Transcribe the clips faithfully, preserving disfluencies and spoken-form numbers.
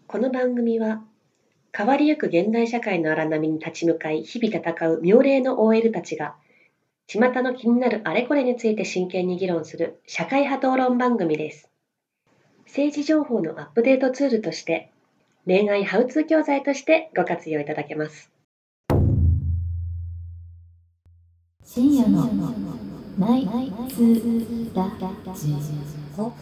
この番組は変わりゆく現代社会の荒波に立ち向かい日々戦う妙齢の オーエル たちが巷の気になるあれこれについて真剣に議論する社会派討論番組です。政治情報のアップデートツールとして恋愛ハウツー教材としてご活用いただけます。 深夜のナイツラジオ。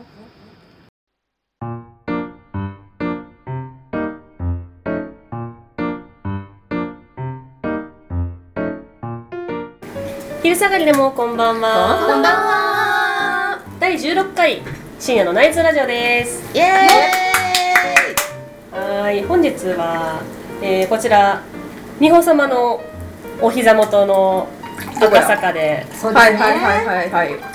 昼下がりでもこんばんは。 こんばんは。 だいじゅうろっかい深夜のナイツラジオです。 イエーイ。 はい、本日は、えー、こちら美穂様のお膝元の赤坂で、 そうですね。 はいはいはいはいはい、 はい、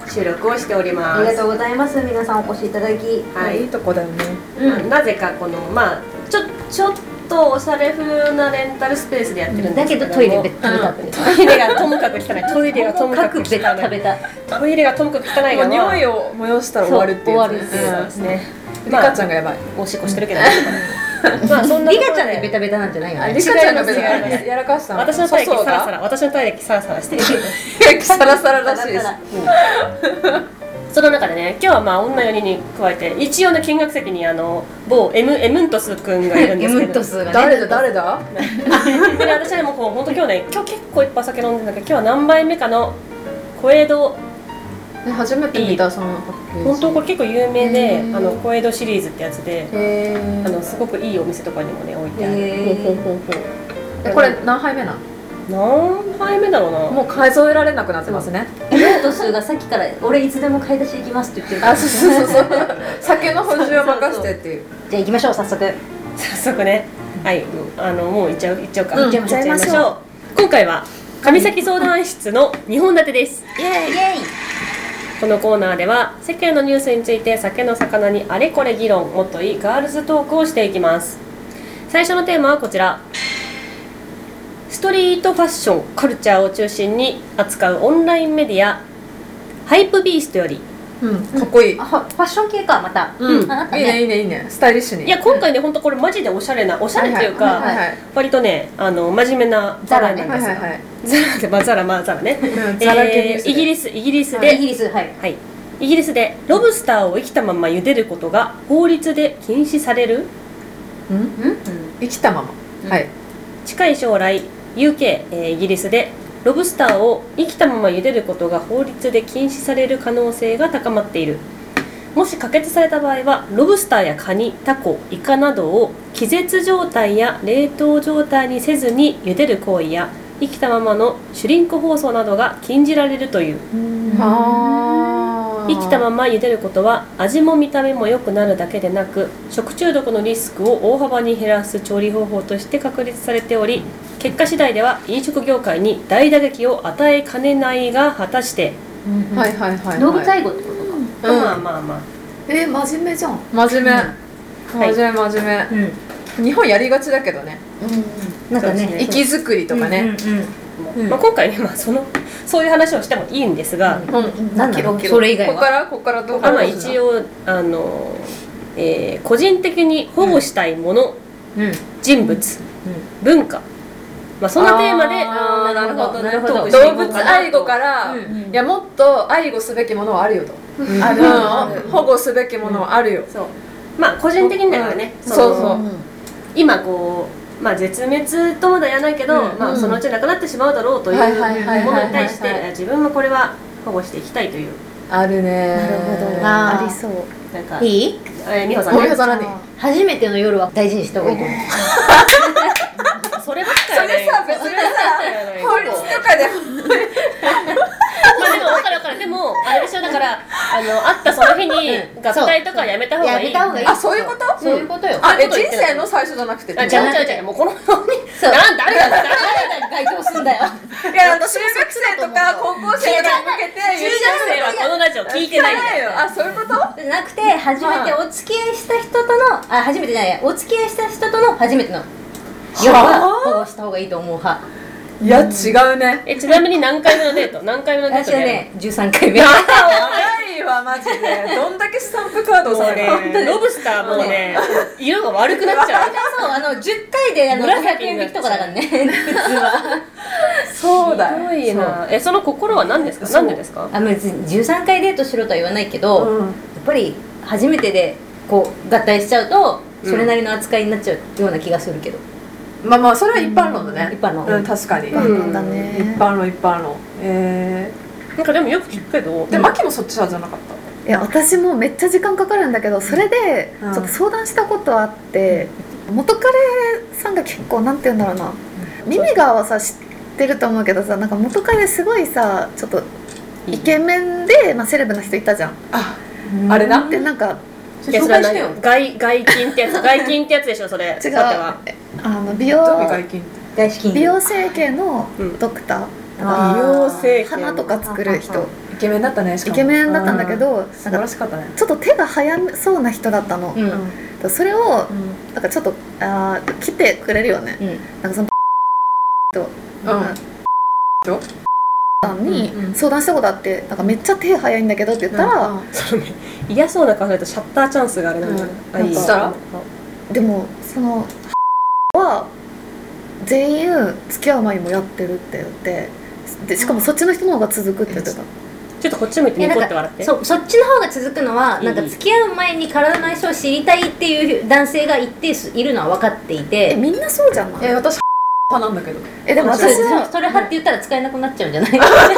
収録をしております。 ありがとうございます。皆さんお越しいただき、 はい、 いいとこだよね。 うん、なぜかこのまあちょちょっとおしゃれ風なレンタルスペースでやってるんですけども、 だけどトイレベッタベタってね。 トイレがともかく汚い。トイレがともかく汚い。 ベタベタ。 トイレがともかく汚いが、 もう匂いを催したら終わるっていう。 終わるっていう。 そうですね。 リカちゃんがやばい。 おしっこしてるけど。まあそんなリカちゃんでベタベタなんじゃないよね。 リカちゃんがベタベタやらかしたの。 私の体液サラサラ。私の体液サラサラしてる。 サラサラらしいです。 その中でね、今日はまあ女よにんに加えて一応の見学席にあの某エムエムントス君がいるんですけど、 エムントスがね、 誰だ誰だ？ で私はもう本当今日ね、今日結構いっぱい酒飲んでるんだけど、今日は何杯目かの小江戸、 ね、初めて見たそのパッケージ。 本当これ結構有名で、あの小江戸シリーズってやつで、 へあのすごくいいお店とかにもね置いてある。 へーほうほうほうほう。 えこれ何杯目なの？ 何杯目だろうな。 もう数えられなくなってますね。 エムントスがさっきから俺いつでも買い出し行きますって言ってるから。 あ、そうそうそうそう。酒の補充を任せてっていう。 じゃあ行きましょう早速。 早速ね、はい、あのもう行っちゃう行っちゃうか。 うん、行っちゃいましょう。 今回は上崎相談室のにほん立てです。 イエーイイエーイ。 このコーナーでは世間のニュースについて酒の魚にあれこれ議論、もっといいガールズトークをしていきます。最初のテーマはこちら。ストリートファッションカルチャーを中心に扱うオンラインメディアハイプビーストより、 うん、かっこいい。 あ、ファッション系かまた。 うん、 あったね。 いいねいいねいいね。スタイリッシュに。 いや今回ね本当これマジでおしゃれなおしゃれっていうか、 はいはいはいはい、 割とねあの真面目なザラねなんですよ。 はいはいはい、 ザラでまあザラまあザラね。 うん、ザラ系ニュースでイギリスイギリスイで、 ギリスはいはい、イギリスでロブスターを生きたまま茹でることが法律で禁止される。 うん？生きたまま。 うん、 はい。 近い将来 ユーケー、えー、イギリスでロブスターを生きたまま茹でることが法律で禁止される可能性が高まっている。もし可決された場合はロブスターやカニ、タコ、イカなどを気絶状態や冷凍状態にせずに茹でる行為や生きたままのシュリンク包装などが禁じられるという。 は生きたまま茹でることは味も見た目も良くなるだけでなく食中毒のリスクを大幅に減らす調理方法として確立されており、結果次第では飲食業界に大打撃を与えかねないが果たして、 うんうん、 はいはいはい、はい、 動物愛護ってことか、 うん、まあまあまあえー、真面目じゃん。真面目、うん、真面目真面目、うん、日本やりがちだけどね、 うん、なんかね息作りとかね、 うんうんうん、 まあ、今回ね、まあ、そのそういう話をしてもいいんですが、 うんうん、なんだろうそれ以外はここからここからどうあ、まあ、一応あの、えー、個人的に保護したいもの、 うん、 人物、うん、文化、まあ、そのテーマであーなるほどなるほど動物愛護から、 うんうん、 いやもっと愛護すべきものはあるよと、うん、ある保護すべきものはあるよ、 うん、そうまあ個人的にだからね、 うん、そうそう、 今こうまあ絶滅とまだやらないけど、うん、まあ、そのうちなくなってしまうだろうというものに対して自分はこれは保護していきたいという。 あるね。 なるほどね。 ありそう。なんかいい？ えー、美穂さんね。 美穂さん何？ 初めての夜は大事にした方がいいと思う。 そればっかりね。 それさ別にさ法律とかでまあでも分かる分かる。でもあれでしょ、だからあの会ったその日に合体とかやめた方がいい。 やめた方がいい。 あ、そういうこと？ そういうことよ。 あ、え、人生の最初じゃなくて。 あ、じゃあじゃあじゃあもうこのように。 そう。 なん誰が誰が該当すんだよ。 いや、あの中学生とか高校生に向けて中学生はこのラジオ聞いてないんだよ。 あ、そういうこと？ じゃなくて初めてお付き合いした人とのあ初めてじゃないお付き合いした人との初めての夜は保護した方がいいと思う派。 いや、違うね。 え、ちなみに何回目のデート？何回目のデート？ 私はね、じゅうさんかいめ。 長いよ。 わマジで。どんだけスタンプカードをもうされるねロブスターもうね色が悪くなっちゃうそうあのじゅっかいであのごひゃくえん引きとかだからね普通は。 そうだよ。 すごいな。えその心は何ですか？なんでですか？ あ別にじゅうさんかいデートしろとは言わないけど、 うんやっぱり初めてでこう合体しちゃうとそれなりの扱いになっちゃうような気がするけど、 まあまあそれは一般論だね。 一般論うん確かに。 うんだね一般論一般論。えなんかでもよく聞くけどー、でも秋もそっち派じゃなかった。 いや私もめっちゃ時間かかるんだけどそれでうんちょっと相談したことあって、元彼さんが結構なんて言うんだろうな、耳がはさ知ってると思うけどさ、なんか元彼すごいさちょっとイケメンで、まあ、セレブな人いたじゃん。 あ、あれな。 でなんかいやそれは紹介してよ何外外勤ってやつ外勤ってやつでしょそれ。 違うさてはあの美容どういう外勤って。 外資金美容整形のドクター、 あー美容整形鼻とか作る人、 イケメンだったね。しかもイケメンだったんだけど、 素晴なんからしかったね。 ちょっと手が早そうな人だったの、 うんそれをなんかちょっとあー来てくれるよね、 うんなんかそのと、 うんうんさんにうんうん相談したことあって、なんかめっちゃ手早いんだけどって言ったら、 うんそのね嫌そうな顔されたシャッターチャンスがあれなんだよね。 うんあいいしたらでもそのは全員付き合う前にもやってるって言ってでしかもそっちの人の方が続くって言ってた。 ちょっとこっち向いてニいやなんかコって笑って。 そうそっちの方が続くのは、 いいなんか付き合う前に体の相性を知りたいっていう男性が一定数いるのは分かっていえて、 みんなそうじゃない？ え私派なんだけど。 えでもそれ私はそれ派って言ったら使えなくなっちゃうんじゃない？ ごめんごめん。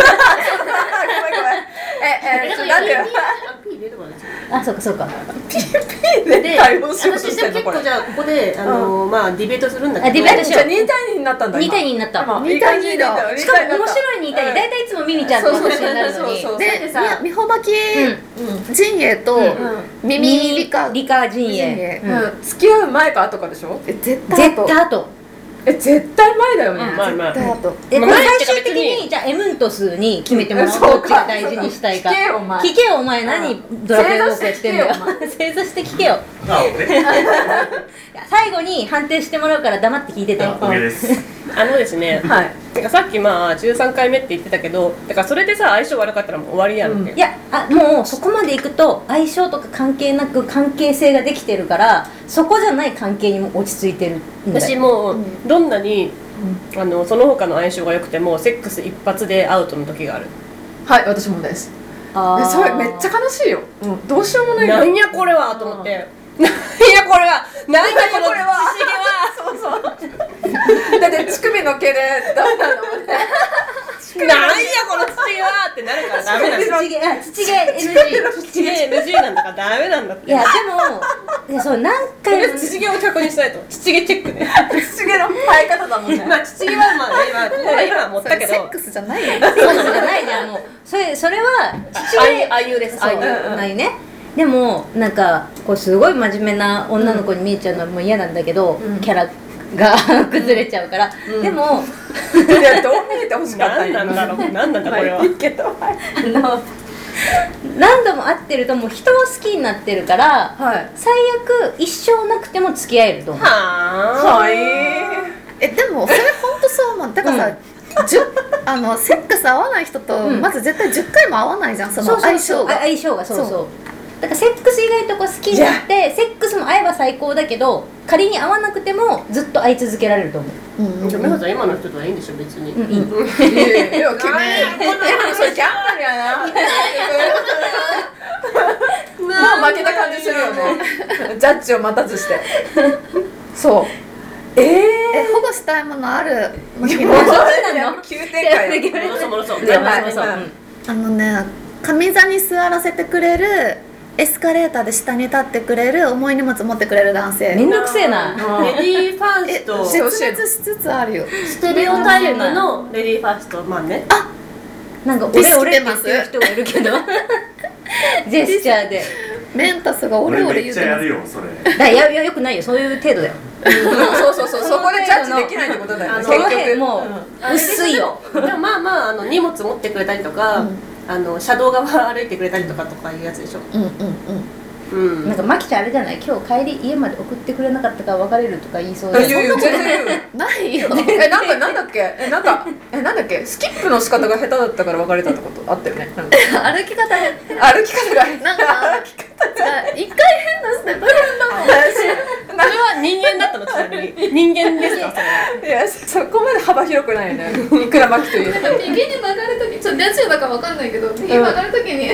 ええちょなんでピー入れるからですよあそうかそうか。 で対応しようと私してんのこれ。 結構じゃあここであのまあディベートするんだけど。 あディベートしようじゃあに対にになったんだ。 に対にになった今に対にだいいしかも面白いに対に大体いつもミミちゃんの話になるのに。 そうそうそうででさみほまきうん陣営とうん耳理科理科陣陣営営、 うんうん付き合う前か後かでしょ。 え絶対絶対あとえ絶対前だよね。 うんまあまあ絶対あとえこれまあ前って最終的別ににじゃあエムントスに決めてもらおう。 そうかどっちが大事にしたいか。 聞けよお前聞けよお前何ドラクエウォークやってんだよ。正座して聞けよ。 あ、俺いや最後に判定してもらうから黙って聞いてて。 上です。 あのですね。 はい。 てかさっきまあじゅうさんかいめって言ってたけど、だからそれでさ相性悪かったらもう終わりやんけ。 いやあもうそこまでいくと相性とか関係なく関係性ができてるからそこじゃない関係にも落ち着いてるんだよ。 私もうどんなにあのその他の相性が良くてもセックス一発でアウトの時がある。 はい私もです。 あーえそれめっちゃ悲しいよ。うんどうしようもないよ。 なんやこれはと思って。なんやこれは。なんやこのこれはそうそう。だって乳首の毛でダメなのもね。 土毛は。なんやこの土毛はってなるからダメなんだ。 土毛あ土毛 エヌジー。 土毛 エヌジー なんだからダメなんだって。 いやでもいやそう何とりあ回もえず土毛を確認しないと。土毛チェックね。 乳毛の生え方だもんね。 まあ土毛はまあね今ここは今持ったけど。 セックスじゃないよそうなんじゃないじゃんもうそれそれは土あゆ毛あゆです。 そうあゆ。 ないね。でもなんかこうすごい真面目な女の子に見えちゃうのはもう嫌なんだけど、 うんキャラが崩れちゃうから、 うんでもいやどう見えてほしかったなんなんだろう。なんなんだこれは。 いいけどはい。 あの何度も会ってるともう人を好きになってるからはい。 最悪一生なくても付き合えると思う。 はあ。 はい。 えでもそれ本当そう思うだからさ、じゅあのセックス合わない人と、 うんまず絶対じゅっかいも合わないじゃんその相性が。 あ相性がそうそうそうだからセックス以外とか好きになってセックスも合えば最高だけど仮に合わなくてもずっと会い続けられると思う。 うんうんじゃあ美穂さん今の人とはいいんでしょ別に。 うんいいいやいやいや君それギャンブルやな。もう負けた感じするよね。ジャッジを待たずして。そう。えええ保護したいものあるー。 牧もう野なの急展開よ。 戻そう戻そう。 いやはいそうそうそうはいあのね上座に座らせてくれるエスカレーターで下に立ってくれる重い荷物持ってくれる男性めんどくせえな。 レディーファーえスト。 絶滅しつつあるよステレオタイプのレディーファーストまあね。 なんかディス俺俺って言ってますってる人がいるけどジェスチャーでメンタスがオレオ俺めレ言ってますっちゃやるよ、それ。 だからややよくないよそういう程度だよ。 そうそうそうそこでジャッジできないってことだよね。 あのその辺もあう薄いよ。 でもまあまああの荷物持ってくれたりとか、 うんあの車道側歩いてくれたりとかとかいうやつでしょ。 うんうんうんうんなんかマキちゃんあれじゃない、今日帰り家まで送ってくれなかったから別れるとか言いそうで。 言う言う全然言うないよえなんかなんだっけえなんかえなんだっけスキップの仕方が下手だったから別れたってことあったよねなんか歩き方が歩き方がなんか一回変なステップ踏んだもんそれは人間だったのちなみに人間ですかそれは。 いやそこまで幅広くないよねいくらマキというなんか右に曲がるとき、ちょっとラジオだかわかんないけど、右に曲がるときに、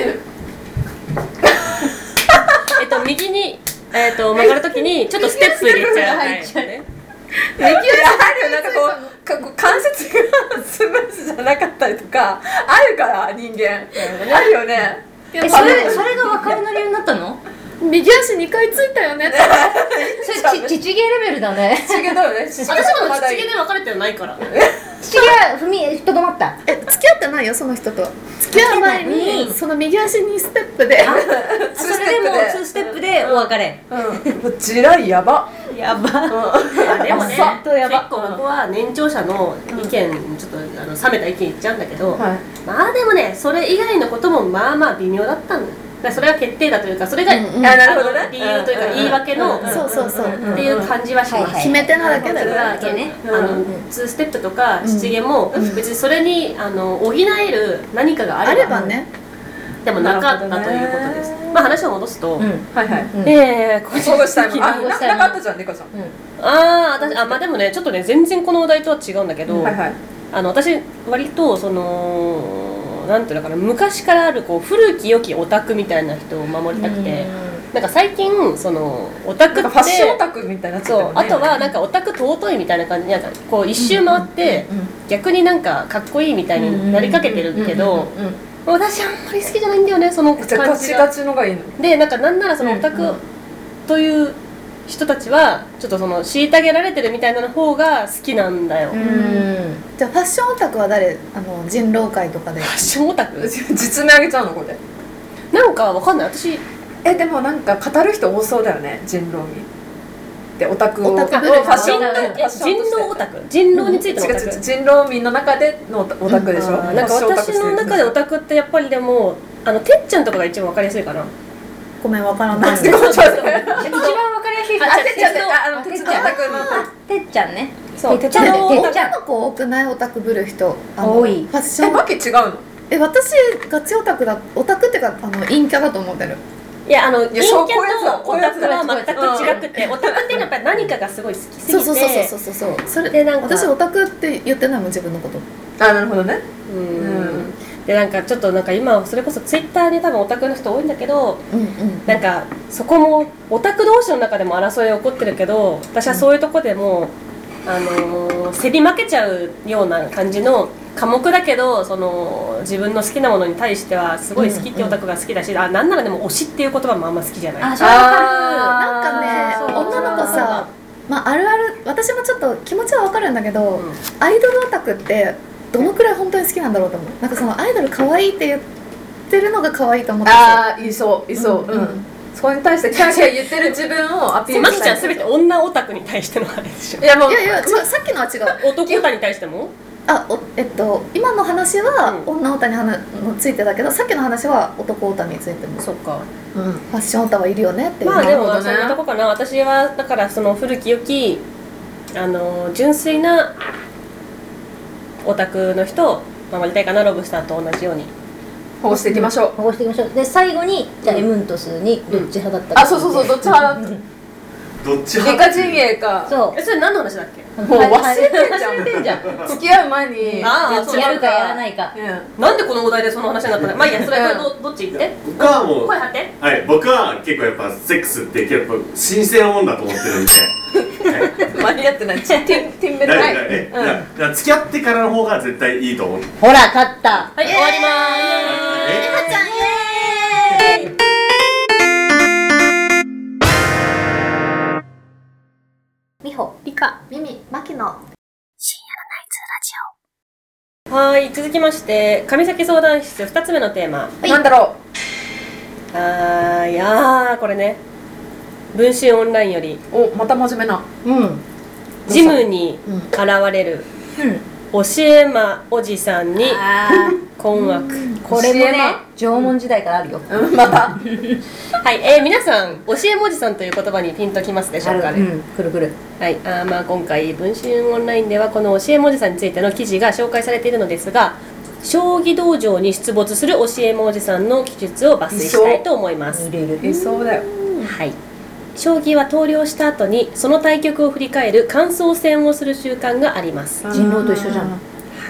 えっと右にえっと曲がるときにちょっとステップ入れちゃうタイプね。 いやあるよなんかこうかこう関節がスムーズじゃなかったりとかあるから人間あるよねえ、それそれが別れの理由になったの？ 右足にかいついたよねってそれちちちげレベルだね。 ちげだよね私もちちげで別れてないから。 ちちげは踏みとどまった。 え、付き合ってないよ、その人とは。付き合う前に、その右足にステップでそれでもツーステップでお別れ。 うん地雷やばやば。 でもね、 本当やば結構ここは年長者の意見、ちょっとあの冷めた意見言っちゃうんだけど、 はいまあでもねそれ以外のこともまあまあ微妙だったんだよ。だからそれは決定だというかそれが、 うんうんあなるほどね理由というか言い訳の、 うんそうそうそうっていう感じはします。 決め手なだけだよそれはだけねあのツーステップとか七毛も別にそれにあの補える何かがああればればね。 でもなかったということです。まあ話を戻すと、 うん。 はいはいうんええ個人保護したいもんあ保護したいもんななかったじゃんリカさんああ私あまあでもねちょっとね全然このお題とは違うんだけど、 はいはいあの私割とそのなんていうのかな昔からあるこう古き良きオタクみたいな人を守りたくて、なんか最近そのオタクってなんかファッションオタクみたいになっちゃってるねそうあとはなんかオタク尊いみたいな感じでなんかこう一周回って逆になんかかっこいいみたいになりかけてるけど私あんまり好きじゃないんだよねそのじゃあガ感じがチガチのがいいのでなんかなんならそのオタクという人たちはちょっとその虐げられてるみたいなの方が好きなんだよ、 うん。 フじゃあファッションオタクは誰？あの人狼会とかで。 ァッションオタク実名あげちゃうのこれなんかわかんない私えでもなんか語る人多そうだよね人狼にでオタクをオタクファッションあファッション人狼オタク人狼についてのオタク、 違う違う人狼民の中でのオタオタクでしょ、 あーなんか私の中でオタクってやっぱりでもあのてっちゃんとかが一番わかりやすいかな。 ごめん、わからない。 ちょっと待って一番わかりやすい人あてっちゃんねああのてっちてっちゃんオタクのゃん。てっちゃんね。 そうてっちゃんね。てっちゃん。 女の子多くない？オタクぶる人。あの多いファッション。 えマキ違うのえ、私ガチオタクだ。オタクってかあの陰キャだと思ってる。 いやあの陰キャいやそうこういうやつだとオタクは全く違くて、オタクっていうのはやっぱり何かがすごい好きすぎてそうそうそうそうそうそう。それでなんか私オタクって言ってないもん自分のこと。 あなるほどねうんうんでなんかちょっとなんか今それこそツイッターに多分オタクの人多いんだけどうんうん。 なんかそこもオタク同士の中でも争い起こってるけど私はそういうとこでも、あのー競り負けちゃうような感じの科目だけどその自分の好きなものに対してはすごい好きっていうオタクが好きだし、あなんならでも推しっていう言葉もあんま好きじゃない。 あ、それわかなんかねそう女の子さ、まああるある私もちょっと気持ちはわかるんだけど、 うんアイドルオタクってどのくらい本当に好きなんだろうと思う。なんかそのアイドル可愛いって言ってるのが可愛いと思ってああいそういそううん、 うんそこに対してキャーキャー言ってる自分をアピールマキちゃしたいんすべて女オタクに対してのあれでしょ。 いやもういやいや違う、さっきのは違う。 男オタに対してもあおえっと今の話はうん女オタに話のついてだけど、さっきの話は男オタについてもそっか。 うんファッションオタはいるよねっていう、 まあでもなるほどねそんなとこかな。私はだからその古き良きあの純粋なオタクの人を守りたいかな。ロブスターと同じように。 保護していきましょう、 保護していきましょう。で最後にじゃあエムントスにどっち派だったか、 あそうそうそうどっち派だったどっち理派科陣営かそうえそれ何の話だっけ？ もう忘れてんじゃん忘れてんじゃん。 付き合う前にあーそうやっちまうやるかやらないか。 うんなんでこのお題でその話になったの？まあいいやそれはどどっち言って。 僕はもう声張って。 はい僕は結構やっぱセックスって結構神聖なもんだと思ってるんで、はい、 間に合ってないティンティンベルないだからえだからだから付き合ってからの方が絶対いいと思う。 ほら勝った。 はい終わりまえちゃんイエーイ。みほ理科耳マキのす。はい続きまして上崎相談室ふたつめのテーマ。 なんだろあーいやーこれね文春オンラインよりうおまた真面目なうんジムにうん現れるうん教え魔おじさんにあ困惑。 ーこれもね縄文時代からあるよ。 うんまたはい、えー、皆さん教え魔おじさんという言葉にピンときますでしょうかね。 うん、くるくる。 はい、あーまあ今回文春オンラインではこの教え魔おじさんについての記事が紹介されているのですが、将棋道場に出没する教え魔おじさんの記述を抜粋したいと思います。 いるいる。 いそうだよ。 はい、将棋は投了した後にその対局を振り返る感想戦をする習慣があります。 人狼と一緒じゃん。 はい、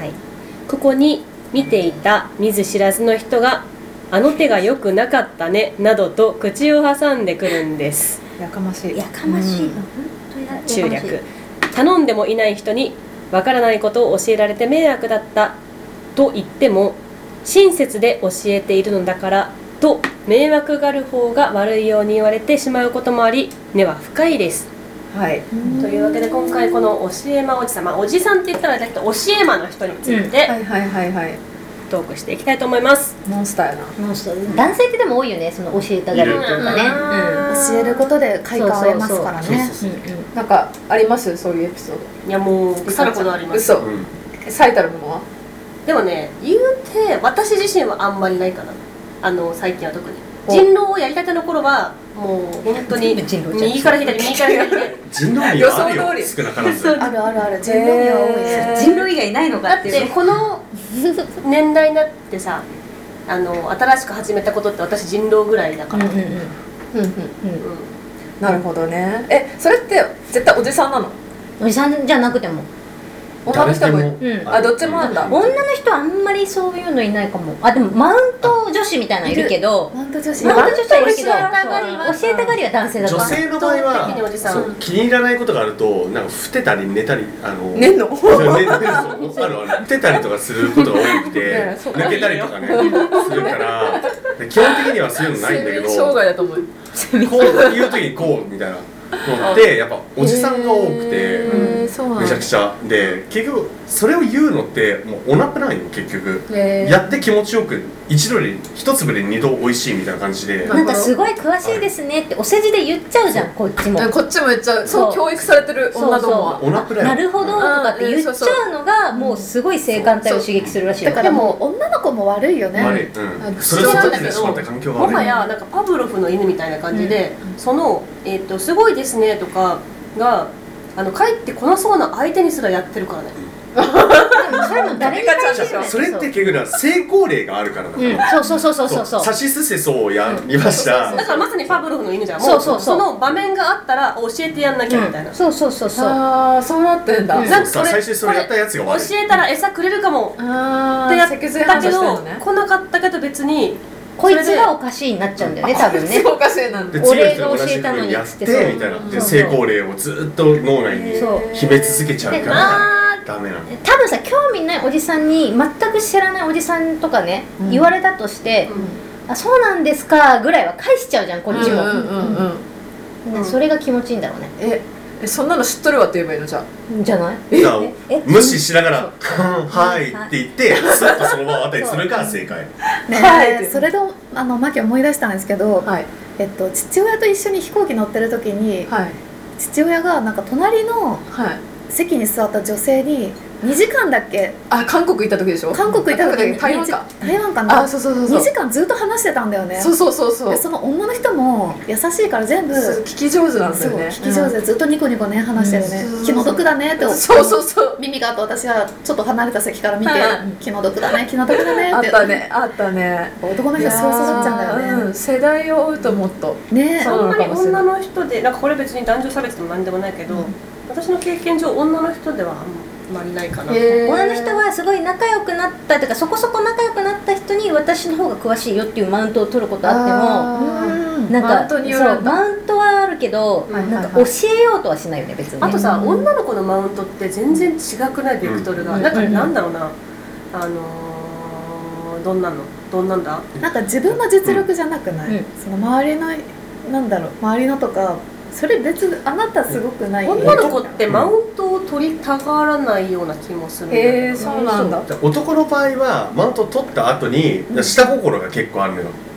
ここに見ていた見ず知らずの人があの手が良くなかったねなどと口を挟んでくるんです。 やかましい。 やかましい。 うん本当や中やかましい略。頼んでもいない人にわからないことを教えられて迷惑だったと言っても親切で教えているのだからと迷惑がる方が悪いように言われてしまうこともあり根は深いです。 はい。 というわけで今回この教え魔おじさん、まあ、おじさんって言ったらだけど教え魔の人についてはいはいはいはい。 トークしていきたいと思います。 モンスターやな。 もうそう男性ってでも多いよね、その教えたがるっていうかね。 うん教えることで快感を得ますからね。 うんうんうん。 なんかありますそういうエピソード。 いやもう腐るほどあります。 嘘。 うん最たるものは。 でもね言うて私自身はあんまりないかな。あの最近は特にお人狼をやりたての頃はもう本当に全部人狼じゃん右から左右から左で人狼にはあるよ予想通り少なからず。 あるあるある。人狼には多いね。 人狼以外ないのかだってっていうね。 この年代になってさあの新しく始めたことって私人狼ぐらいだから、 うんうんうんうんうん。 うんなるほどね。え、それって絶対おじさんなの？ おじさんじゃなくても。 女の人もいる。 うん。 あ、どっちもなんだ。 女の人あんまりそういうのいないかも。あ、でもマウント女子みたいなのいるけど、 マウント女子。 マウント女子はいるけど、 教えたがりはそう教えたがりは男性だと女思う。 性の場合圧倒的におじさんはそう気に入らないことがあるとなんかふてたり寝たりあの寝んの？ そう寝寝るそうあるあるふてたりとかすることが多くてねそう抜けたりとかねするからで基本的にはそういうのないんだけど生命障害だと思う。 こういう時にこうみたいなのってやっぱおじさんが多くてへーそうなんだめちゃくちゃで結局それを言うのってもうおなくないよ結局へーやって気持ちよく一度で一粒で二度美味しいみたいな感じでなんかすごい詳しいですねってお世辞で言っちゃうじゃん、こっちも。 こっちも言っちゃう。 そうそう教育されてる女どもは。 おなくだよなるほどとかって言っちゃうのがもうすごい性感帯を刺激するらしいよ。 だからもう女の子も悪いよね。 悪い、うん、それを育ててしまった環境が悪いもはやなんかパブロフの犬みたいな感じで、その、えーと「すごいですね」とかがあの帰ってこなそうな相手にすらやってるからね。 それも誰に対してもそれって結局は成功例があるからだかうんら、 そうそうそうそうそうそう。 さしすせそうをやりました、 だからまさにパブロフの犬じゃん。もそうそうそうその場面があったら教えてやんなきゃみたいな。 そうそうそうそう。 ああ、そうなってんだ。 うんそうさ最初にそれやったやつが悪い教えたら餌くれるかもああ、 ってやっ脊髄反たけど、 射してるのね。 来なかったけど別にこいつがおかしいになっちゃうんだよね、多分ね。 おかしいなんだ。 で次の人俺が教同じえたのに風にやってつってみたいなでそう成功例をずっと脳内にそう秘め続けちゃうでからあダメなの多分さ、興味ないおじさんに全く知らないおじさんとかね、 うん言われたとして、あ、そうなんですかぐらいは返しちゃうじゃん、こっちも、 うんうんうんうん。 ねそれが気持ちいいんだろうね。 え、えそんなの知っとるわって言えばいいのじゃあ。 じゃないだからえ無視しながら「はい」って言ってスッとそのままあたりするから正解ねはいえそれであのマキ思い出したんですけど、 はいえっと父親と一緒に飛行機乗ってる時にはい父親がなんか隣のはい。 席に座った女性ににじかんだっけあ、韓国行った時でしょ。 韓国行った時に台湾か。 台湾かなあ、そうそうそうそう。 にじかんずっと話してたんだよね。 そうそうそうそうで。その女の人も優しいから全部そう聞き上手なんだそうよね。 聞き上手でずっとニコニコね話してるね、 うん気の毒だねってそうそうそう。 耳があと私はちょっと離れた席から見てはい気の毒だね気の毒だねあっってたね、あったね。 男の人そう育っちゃうんだよねいやーうん、世代を追うともっと。 ねそうあんまり女の人でなんかこれ別に男女差別でも何でもないけど、 うん私の経験上女の人ではあんまりないかな。 へー女の人はすごい仲良くなったというか、そこそこ仲良くなった人に私の方が詳しいよっていうマウントを取ることあっても、 あうんなんかマウントによるんだそうマウントはあるけど、 はいはいはいなんか教えようとはしないよね、別にね。 あとさ、 うん女の子のマウントって全然違くないベクトルが、 うんなんかうんなんだろうな、あのー、どんなのどんなんだなんか自分の実力じゃなくない、 うんその周りのなんだろう周りのとかそれ別あなたすごくない女の子ってマウントを取りたがらないような気もするんだへえ、 けど、 そうなんだ。 男の場合はマウントを取った後に下心が結構あるのよ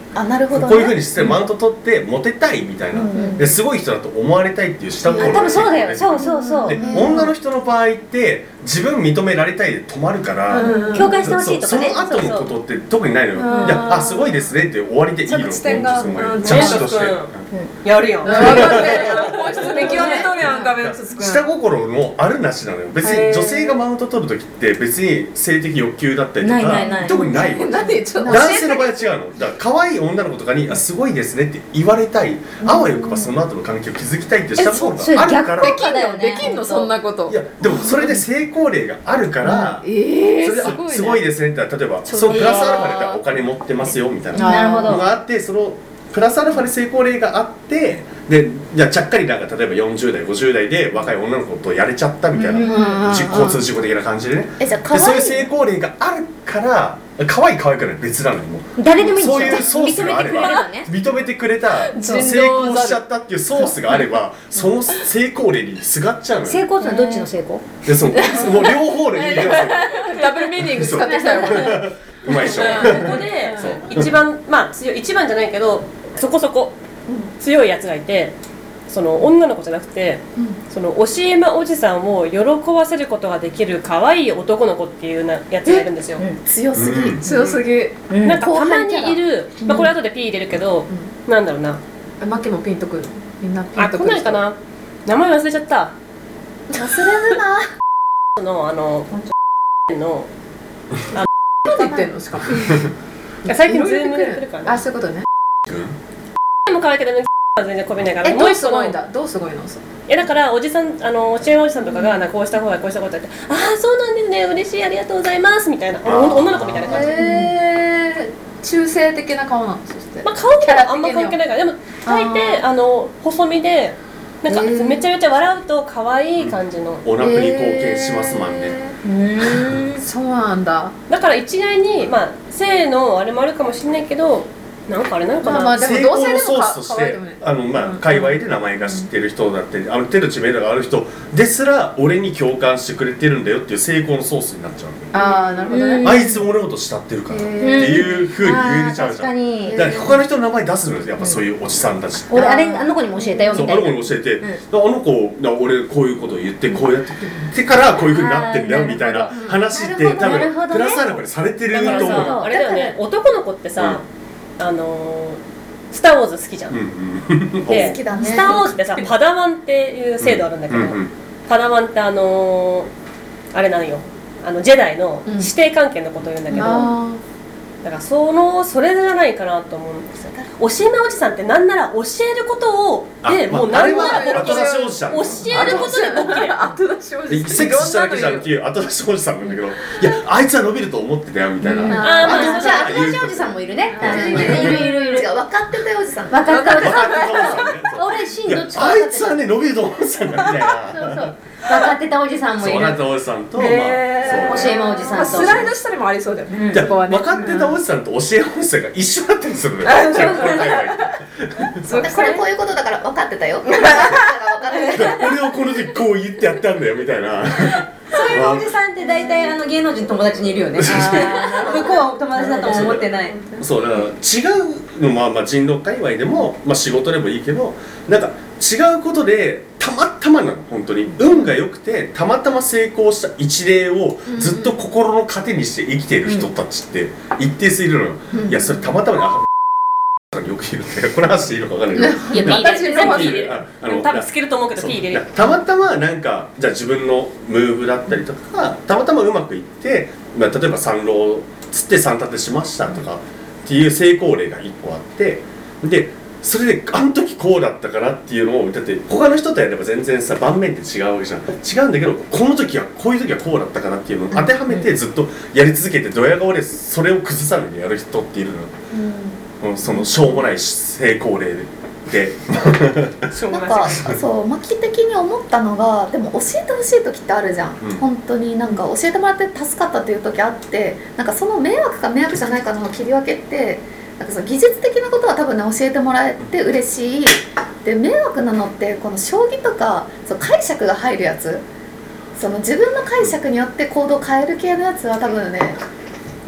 あ、なるほど、ね、 こういう風にしてマウント取ってモテたいみたいな、 うん、 ですごい人だと思われたいっていう下心多分そうだよ、そうそうそう。 で女の人の場合って自分認められたいで止まるから、 うん、共感してほしいとかね。 その後のことって特にないのよ。 うん、 いや、あ、すごいですねって終わりでいいの。 ちょっと視点がちゃんとして、 やるよ。 分かってるよ。本質見極めとるやんか、ベンツ君。 下心もあるなしなのよ。別に女性がマウント取る時って別に性的欲求だったりとか特にないわ。 なんでちょっと男性の場合は違うの。だから可愛い女の子とかにあすごいですねって言われたい。あわよくばその後の関係を築きたいって下心があるから。 できんのできんのそんなこと。 いやでもそれで成功例があるから。 ええそれですごいね。すごいですねって例えばそうプラスアルファでお金持ってますよみたいなのがあってそのプラスアルファで成功例があってでじゃあちゃっかりなんか例えばよんじゅう代ごじゅう代で若い女の子とやれちゃったみたいな交通事故的な感じでね。 えじゃあでそういう成功例があるから可愛い可愛くない別なのにも誰でもいいんですよ。 そういうソースがあれば認めてくれた成功しちゃったっていうソースがあればその成功例にすがっちゃうのよ。 成功ってのはどっちの成功？ でそのもう両方の意味でダブルミーニング使ってきたよ。 うまいでしょ。 ここで一番まあ強い一番じゃないけどそこそこ強いやつがいてその女の子じゃなくて、うん、その教えまおじさんを喜ばせることができる可愛い男の子っていうなやつがいるんですよ、うん、 強すぎ、 うん、強すぎ、 うん、なんかたまにいる、まあ、これ後で P 入れるけど、うん、なんだろうなマキもピンとくるみんなピンとくるあ、来ないかな名前忘れちゃった忘れるなそのあののあ何言ってんのしかも最近ズームで来るからねあ、そういうことねでも可愛いけどね全然こびないから。 え、どうすごいんだ。どうすごいの？いやだからおじさんあの教えおじさんとかがなんかこうした方がこうした方がってああそうなんですね嬉しいありがとうございますみたいな女の子みたいな感じ。 へー中性的な顔なのそして。 まあ顔にはあんま関係ないからでも大抵あの細身でなんかめちゃめちゃ笑うと可愛い感じの。 オナプに貢献しますもんね。 うん、そうなんだ。 だから一概にまあ性のあれもあるかもしれないけど。なんかあれなのかな、まあ、 でも成功のソースとしてあの、まあ、界隈で名前が知ってる人だって、うん、ある程度知名度がある人ですら俺に共感してくれてるんだよっていう成功のソースになっちゃう。 ああなるほどね。 あいつも俺のこと慕ってるからっていうふうに言えちゃうじゃん。だから他の人の名前出すのよやっぱそういうおじさんたちって。 俺あれあの子にも教えたよみたいな。 そうあの子に教えて、うん、あの子俺こういうことを言ってこうやっててからこういうふうになってんだよみたいな話って多分プラスアルファにされてると思う。 あれだよね男の子ってさ、うん、あのースター・ウォーズ好きじゃん、うんうん、で好きだね、 スター・ウォーズってさパダワンっていう制度あるんだけど、うんうん、パダワンってあのー、あれなのよあのジェダイの師弟関係のことを言うんだけど、うん、だからそのそれじゃないかなと思うんですよ。教えまおじさんってなんなら教えることをでもうなんなら後出しおじさん教えることで僕ら後出しおじさんセックスしただけじゃなくて後出しおじさんなんだけどいやあいつは伸びると思ってたよみたいな、うん、 ああまあじゃあ後出しおじさんもいるねいるいるいる分かってたよおじさん分かった分かった俺シンどっちかあいつはね伸びると思ってたんだみたいなそうそう分かってたおじさんもいる。 分かってたおじさんと、まあ、 教えまおじさんとスライドしたりもありそうだよね。 じゃあ分かってたおじさんと教えまおじさんが一緒だったりするのよ。 これこういうことだから分かってたよ。 俺はこの時こう言ってやったんだよみたいな。 そういうおじさんって大体あの芸能人友達にいるよね。向こうは友達だとも思ってない。 そうだから違うのもまあ人狼界隈でもまあ仕事でもいいけどなんか違うことでたまたまなの本当に運が良くてたまたま成功した一例をずっと心の糧にして生きている人たちって一定数いるのよ。いやそれたまたまにあよくいるってこの話でいいのか分かんないけどいや私のP入れる多分つけると思うけど P 入れるたまたまなんかじゃあ自分のムーブだったりとかたまたまうまくいって、まあ、例えば三浪つって三立てしましたとかっていう成功例がいっこあってでそれであの時こうだったからっていうのをだって他の人とやれば全然さ盤面って違うわけじゃん違うんだけどこの時はこういう時はこうだったからっていうのを当てはめてずっとやり続けてドヤ顔でそれを崩さないでやる人っているのよ、うん、そのしょうもない成功例でなんかそうマキ的に思ったのがでも教えてほしい時ってあるじゃん、うん、本当になんか教えてもらって助かったっていう時あってなんかその迷惑か迷惑じゃないかの切り分けってなんかその技術的なことは多分ね教えてもらえて嬉しいで迷惑なのってこの将棋とかそう解釈が入るやつその自分の解釈によって行動を変える系のやつは多分ね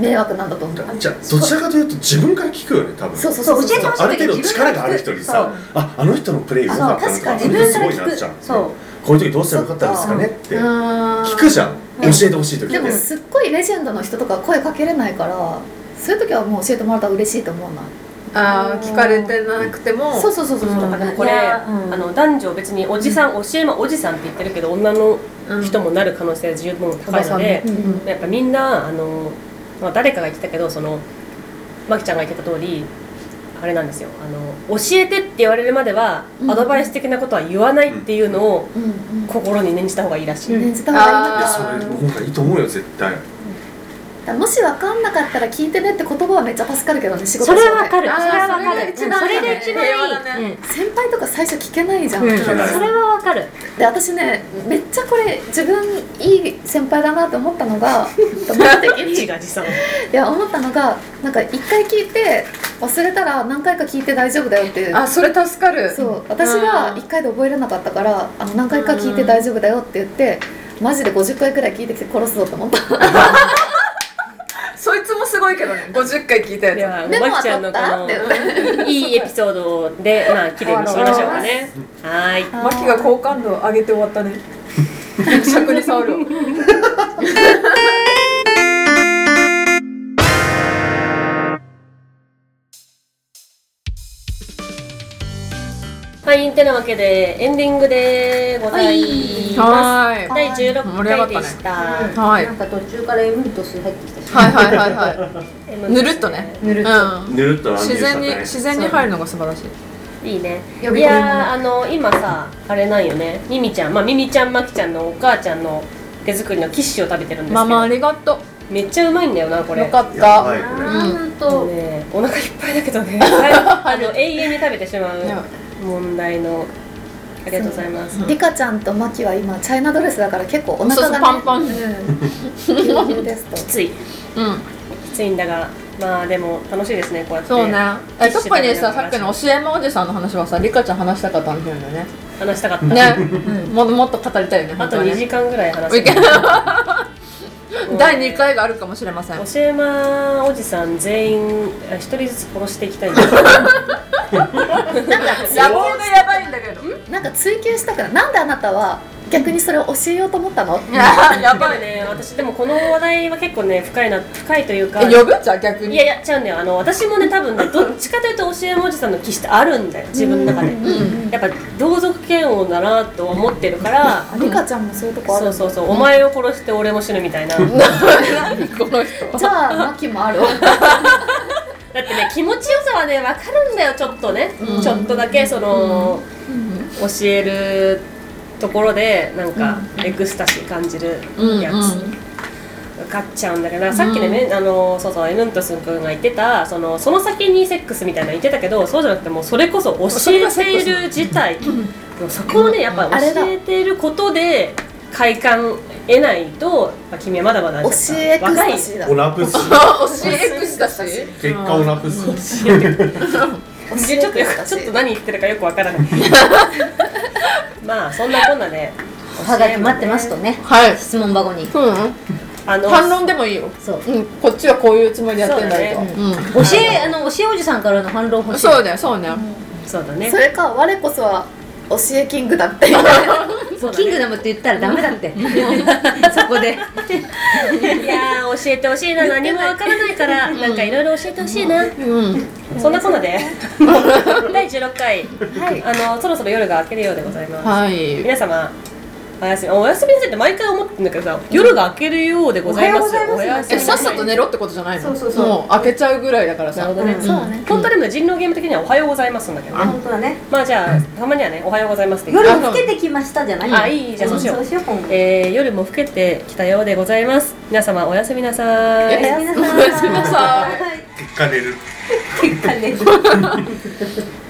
迷惑なんだと思う。 じゃあどちらかというと自分から聞くよね多分。 そうそうそう教えてほしいある程度力がある人にさ、ああの人のプレイ良かったなとか、 そうあの人すごいなっちゃう。 そうこういう時どうしたらよかったですかねって聞聞くじゃん。教えてほしい時って。 でもすっごいレジェンドの人とか声かけれないから、そういう時はもう教えてもらったら嬉しいと思うな。 ああ聞かれてなくてもそうそうそうそうそう、 あでもこれ、 いやうんあの男女別におじさん、教えまおじさんって言ってるけど女の人もなる可能性は十分高いので、 うんうんやっぱみんなあの、まあ、誰かが言ってたけどそのまきちゃんが言ってた通りあれなんですよ、あの教えてって言われるまでは、 うんアドバイス的なことは言わないっていうのをうんうん、 心に念じた方がいいらしい、 念じた方がいいないやそれの方がいいと思うよ絶対。 もし分かんなかったら聞いてねって言葉はめっちゃ助かるけどね、仕事それ上ではわかるあーそれはわかるそれが一番それが一番いい平和だねうん先輩とか最初聞けないじゃん、 うんけないそれはわかるで私ねめっちゃこれ自分いい先輩だなって思ったのが友達的に自画自賛いや思ったのがなんか一回聞いて忘れたら何回か聞いて大丈夫だよっていう。 あそれ助かる。 そう私がいっかいで覚えれなかったからあの何回か聞いて大丈夫だよって言ってマジでごじゅっかいくらい聞いてきて殺すぞと思ったそいつもすごいけどねごじゅっかい聞いたでやはメモはまきちゃんのこ取ったってのいいエピソードでまあ綺麗にしましょうかね。はーい。 つマキが好感度上げて終わったね尺に触るわはい、てなわけでエンディングでございます。 はいだいじゅうろっ盛り上がったねかいでした。 はいなんか途中からエムトス入ってきたしはいはいはいはいえーぬるっとねぬるっとうんぬるっと自然に乱入し自然に入るのが素晴らしい。 いいね。 呼び込みもいやーあの今さあれなんよね。ミミちゃん、まあミミちゃんまきちゃんのお母ちゃんの手作りのキッシュを食べてるんですけど、 ママありがとめっちゃうまいんだよなこれ。 う。よかった。 やばいこれ。 あーほんもうとね、お腹いっぱいだけどねあの永遠に食べてしまういや問題のありがとうございます。 リカちゃんとマキは今チャイナドレスだから結構お腹がねそうそうパンパンうんぎゅうぎゅうですときついきうん。 ついんだがまあでも楽しいですねこうやって。 そうね。えキッシュ特にさ食べながらさっきの教えまおじさんの話はさリカちゃん話したかったんだよね。 話したかった。 ね。もっともっと語りたいよね。 あと本当はねにじかんぐらい話いけしてだいにかいがあるかもしれません。 教えまおじさん全員あ一人ずつ殺していきたいんだなんか野望がやばいんだけど。 なんか追求したからなんであなたは逆にそれを教えようと思ったのいややばいね。 でもね私でもこの話題は結構ね深いな深いというかえ呼ぶじゃあ逆に。 いやいやちゃうんだよあの私もね多分ねどっちかというと教えまおじさんの気質あるんだよ自分の中でやっぱ同族嫌悪だなと思ってるからあリカちゃんもそういうとこあるそうそうそうお前を殺して俺も死ぬみたいなだ何この人。 じゃあマキもあるわってね気持ちよさはね分かるんだよちょっとね、 うんちょっとだけその、教えるところでなんかエクスタシー感じるやつ、分かっちゃうんだけどさっきね、あのそうそうエヌントス君が言ってたそのその先にセックスみたいなの言ってたけどそうじゃなくてもうそれこそ教えている自体もうそこをねやっぱ教あれだえていることで快感得ないとやっぱ君はまだまだ教えエクス若いタシーだオナプス教えエクスタシー。 結果オナプス。 ちょっとよくちょっと何言ってるかよくわからないまあそんなこんなでおはがき待ってますとねはい。 質問箱にうん。 あの反論でもいいよ。 そううん。こっちはこういうつもりでやってんだよと。 そううん。 教えあの教えおじさんからの反論欲しいそうだよそうね。 そうだねそれか我こそは教えキングだっていうそうだねキングダムって言ったらダメだってそこでいやー教えてほしいな何もわからないからなんかいろいろ教えてほしいな、 うん。 そんなこんなでだいじゅうろっかい、 はいあのそろそろ夜が明けるようでございます、 はい。 皆様おやすみおやすみなさいって毎回思ってるんだけどさ、夜が明けるようでございますおはようございますおやすみえなさいさっさと寝ろってことじゃないの？ そうそうそうもう開けちゃうぐらいだからさ。 なるほどね、 うんそうだね本当でも人狼ゲーム的にはおはようございますんだけどね、 本当だねまあじゃあたまにはねおはようございますって言う夜も更けてきましたじゃないあいいじゃあそうしようそうしよう今後えー、夜も更けてきたようでございます皆様おやすみなさいえおやすみなさいおやすみなさいはい結果寝る。 結果ね